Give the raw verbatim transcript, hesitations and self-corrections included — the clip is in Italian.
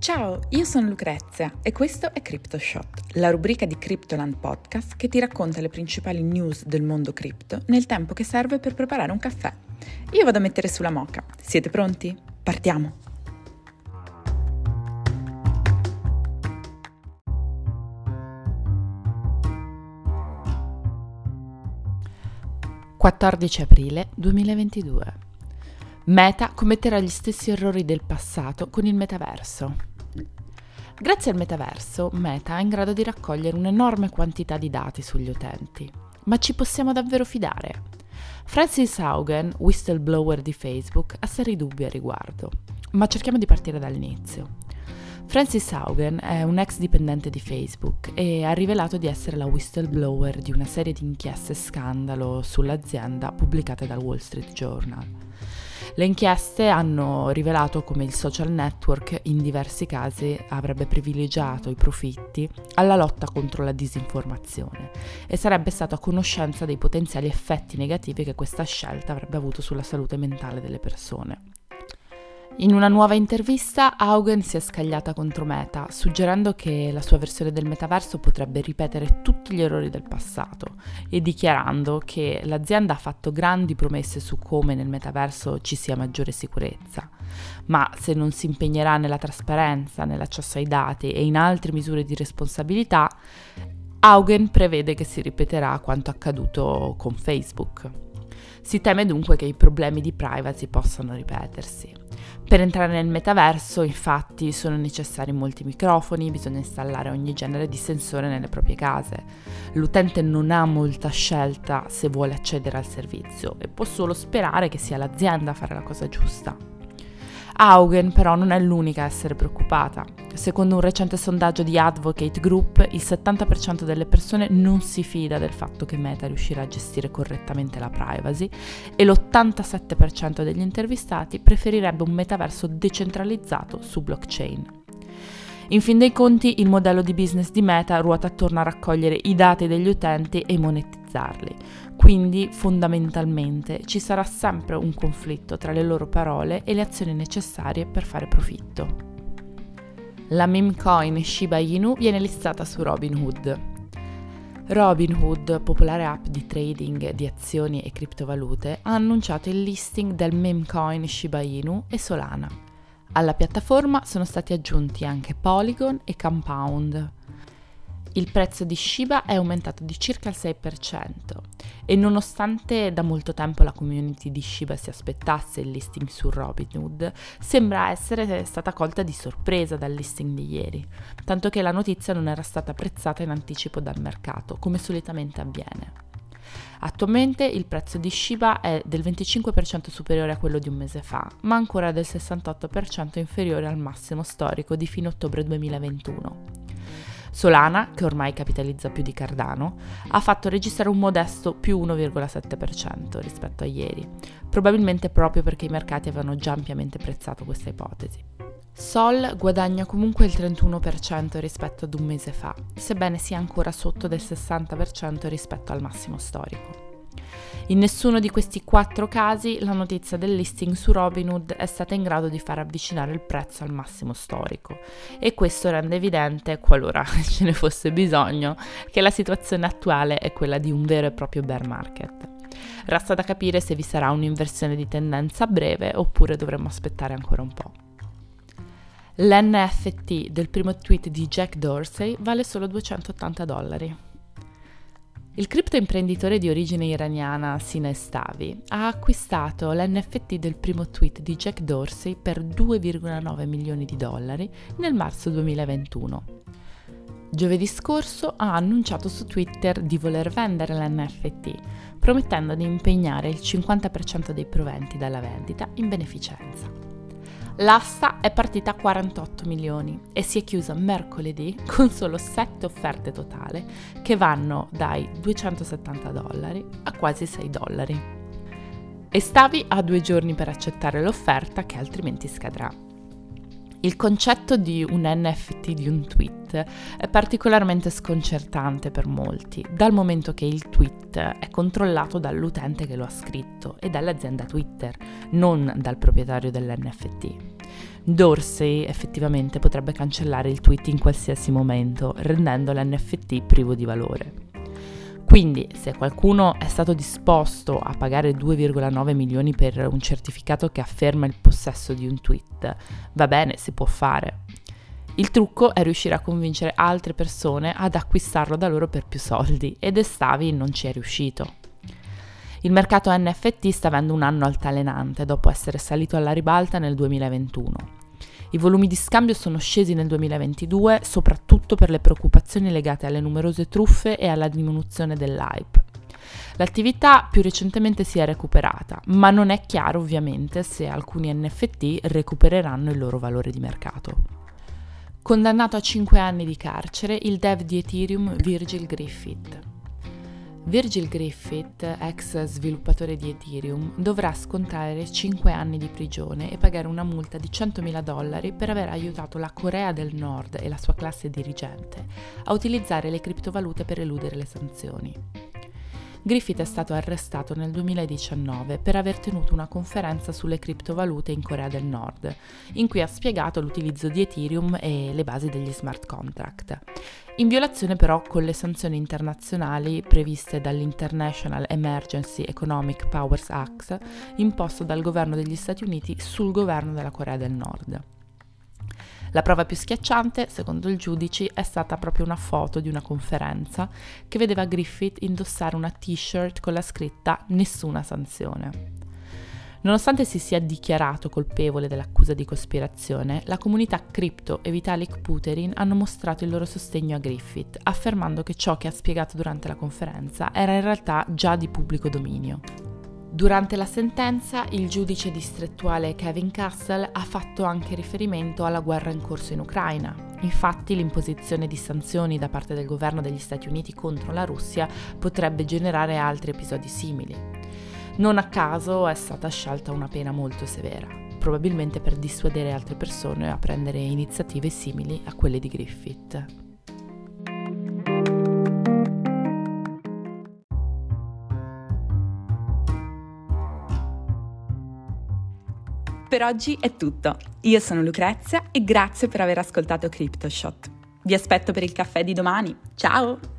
Ciao, io sono Lucrezia e questo è CryptoShot, la rubrica di Cryptoland Podcast che ti racconta le principali news del mondo cripto nel tempo che serve per preparare un caffè. Io vado a mettere sulla moka. Siete pronti? Partiamo! quattordici aprile duemilaventidue. Meta commetterà gli stessi errori del passato con il metaverso. Grazie al metaverso, Meta è in grado di raccogliere un'enorme quantità di dati sugli utenti. Ma ci possiamo davvero fidare? Frances Haugen, whistleblower di Facebook, ha seri dubbi a riguardo. Ma cerchiamo di partire dall'inizio. Frances Haugen è un ex dipendente di Facebook e ha rivelato di essere la whistleblower di una serie di inchieste scandalo sull'azienda pubblicate dal Wall Street Journal. Le inchieste hanno rivelato come il social network in diversi casi avrebbe privilegiato i profitti alla lotta contro la disinformazione e sarebbe stato a conoscenza dei potenziali effetti negativi che questa scelta avrebbe avuto sulla salute mentale delle persone. In una nuova intervista, Haugen si è scagliata contro Meta, suggerendo che la sua versione del metaverso potrebbe ripetere tutti gli errori del passato e dichiarando che l'azienda ha fatto grandi promesse su come nel metaverso ci sia maggiore sicurezza, ma se non si impegnerà nella trasparenza, nell'accesso ai dati e in altre misure di responsabilità, Haugen prevede che si ripeterà quanto accaduto con Facebook. Si teme dunque che i problemi di privacy possano ripetersi. Per entrare nel metaverso, infatti, sono necessari molti microfoni, bisogna installare ogni genere di sensore nelle proprie case. L'utente non ha molta scelta se vuole accedere al servizio e può solo sperare che sia l'azienda a fare la cosa giusta. Haugen però non è l'unica a essere preoccupata. Secondo un recente sondaggio di Advocate Group, il settanta per cento delle persone non si fida del fatto che Meta riuscirà a gestire correttamente la privacy e l'ottantasette per cento degli intervistati preferirebbe un metaverso decentralizzato su blockchain. In fin dei conti, il modello di business di Meta ruota attorno a raccogliere i dati degli utenti e monetizzarli. Quindi, fondamentalmente, ci sarà sempre un conflitto tra le loro parole e le azioni necessarie per fare profitto. La meme coin Shiba Inu viene listata su Robinhood. Robinhood, popolare app di trading di azioni e criptovalute, ha annunciato il listing del meme coin Shiba Inu e Solana. Alla piattaforma sono stati aggiunti anche Polygon e Compound. Il prezzo di Shiba è aumentato di circa il sei per cento e nonostante da molto tempo la community di Shiba si aspettasse il listing su Robinhood, sembra essere stata colta di sorpresa dal listing di ieri, tanto che la notizia non era stata apprezzata in anticipo dal mercato, come solitamente avviene. Attualmente il prezzo di Shiba è del venticinque per cento superiore a quello di un mese fa, ma ancora del sessantotto per cento inferiore al massimo storico di fine ottobre duemilaventuno. Solana, che ormai capitalizza più di Cardano, ha fatto registrare un modesto più uno virgola sette per cento rispetto a ieri, probabilmente proprio perché i mercati avevano già ampiamente prezzato questa ipotesi. Sol guadagna comunque il trentuno per cento rispetto ad un mese fa, sebbene sia ancora sotto del sessanta per cento rispetto al massimo storico. In nessuno di questi quattro casi la notizia del listing su Robinhood è stata in grado di far avvicinare il prezzo al massimo storico e questo rende evidente, qualora ce ne fosse bisogno, che la situazione attuale è quella di un vero e proprio bear market. Resta da capire se vi sarà un'inversione di tendenza a breve oppure dovremo aspettare ancora un po'. L'N F T del primo tweet di Jack Dorsey vale solo duecentottanta dollari. Il criptoimprenditore di origine iraniana Sina Estavi ha acquistato l'N F T del primo tweet di Jack Dorsey per due virgola nove milioni di dollari nel marzo duemilaventuno. Giovedì scorso ha annunciato su Twitter di voler vendere l'N F T, promettendo di impegnare il cinquanta per cento dei proventi dalla vendita in beneficenza. L'asta è partita a quarantotto milioni e si è chiusa mercoledì con solo sette offerte totali che vanno dai duecentosettanta dollari a quasi sei dollari. Estavi ha due giorni per accettare l'offerta che altrimenti scadrà. Il concetto di un N F T di un tweet è particolarmente sconcertante per molti, dal momento che il tweet è controllato dall'utente che lo ha scritto e dall'azienda Twitter, non dal proprietario dell'N F T. Dorsey effettivamente potrebbe cancellare il tweet in qualsiasi momento, rendendo l'N F T privo di valore. Quindi, se qualcuno è stato disposto a pagare due virgola nove milioni per un certificato che afferma il possesso di un tweet, va bene, si può fare. Il trucco è riuscire a convincere altre persone ad acquistarlo da loro per più soldi, ed Estavi non ci è riuscito. Il mercato N F T sta avendo un anno altalenante dopo essere salito alla ribalta nel duemilaventuno. I volumi di scambio sono scesi nel duemilaventidue soprattutto per le preoccupazioni legate alle numerose truffe e alla diminuzione dell'hype. L'attività più recentemente si è recuperata, ma non è chiaro ovviamente se alcuni N F T recupereranno il loro valore di mercato. Condannato a cinque anni di carcere il dev di Ethereum Virgil Griffith. Virgil Griffith, ex sviluppatore di Ethereum, dovrà scontare cinque anni di prigione e pagare una multa di centomila dollari per aver aiutato la Corea del Nord e la sua classe dirigente a utilizzare le criptovalute per eludere le sanzioni. Griffith è stato arrestato nel duemiladiciannove per aver tenuto una conferenza sulle criptovalute in Corea del Nord, in cui ha spiegato l'utilizzo di Ethereum e le basi degli smart contract, in violazione però con le sanzioni internazionali previste dall'International Emergency Economic Powers Act imposto dal governo degli Stati Uniti sul governo della Corea del Nord. La prova più schiacciante, secondo il giudice, è stata proprio una foto di una conferenza che vedeva Griffith indossare una t-shirt con la scritta "Nessuna sanzione". Nonostante si sia dichiarato colpevole dell'accusa di cospirazione, la comunità cripto e Vitalik Buterin hanno mostrato il loro sostegno a Griffith, affermando che ciò che ha spiegato durante la conferenza era in realtà già di pubblico dominio. Durante la sentenza, il giudice distrettuale Kevin Castle ha fatto anche riferimento alla guerra in corso in Ucraina. Infatti, l'imposizione di sanzioni da parte del governo degli Stati Uniti contro la Russia potrebbe generare altri episodi simili. Non a caso è stata scelta una pena molto severa, probabilmente per dissuadere altre persone a prendere iniziative simili a quelle di Griffith. Per oggi è tutto. Io sono Lucrezia e grazie per aver ascoltato CryptoShot. Vi aspetto per il caffè di domani. Ciao!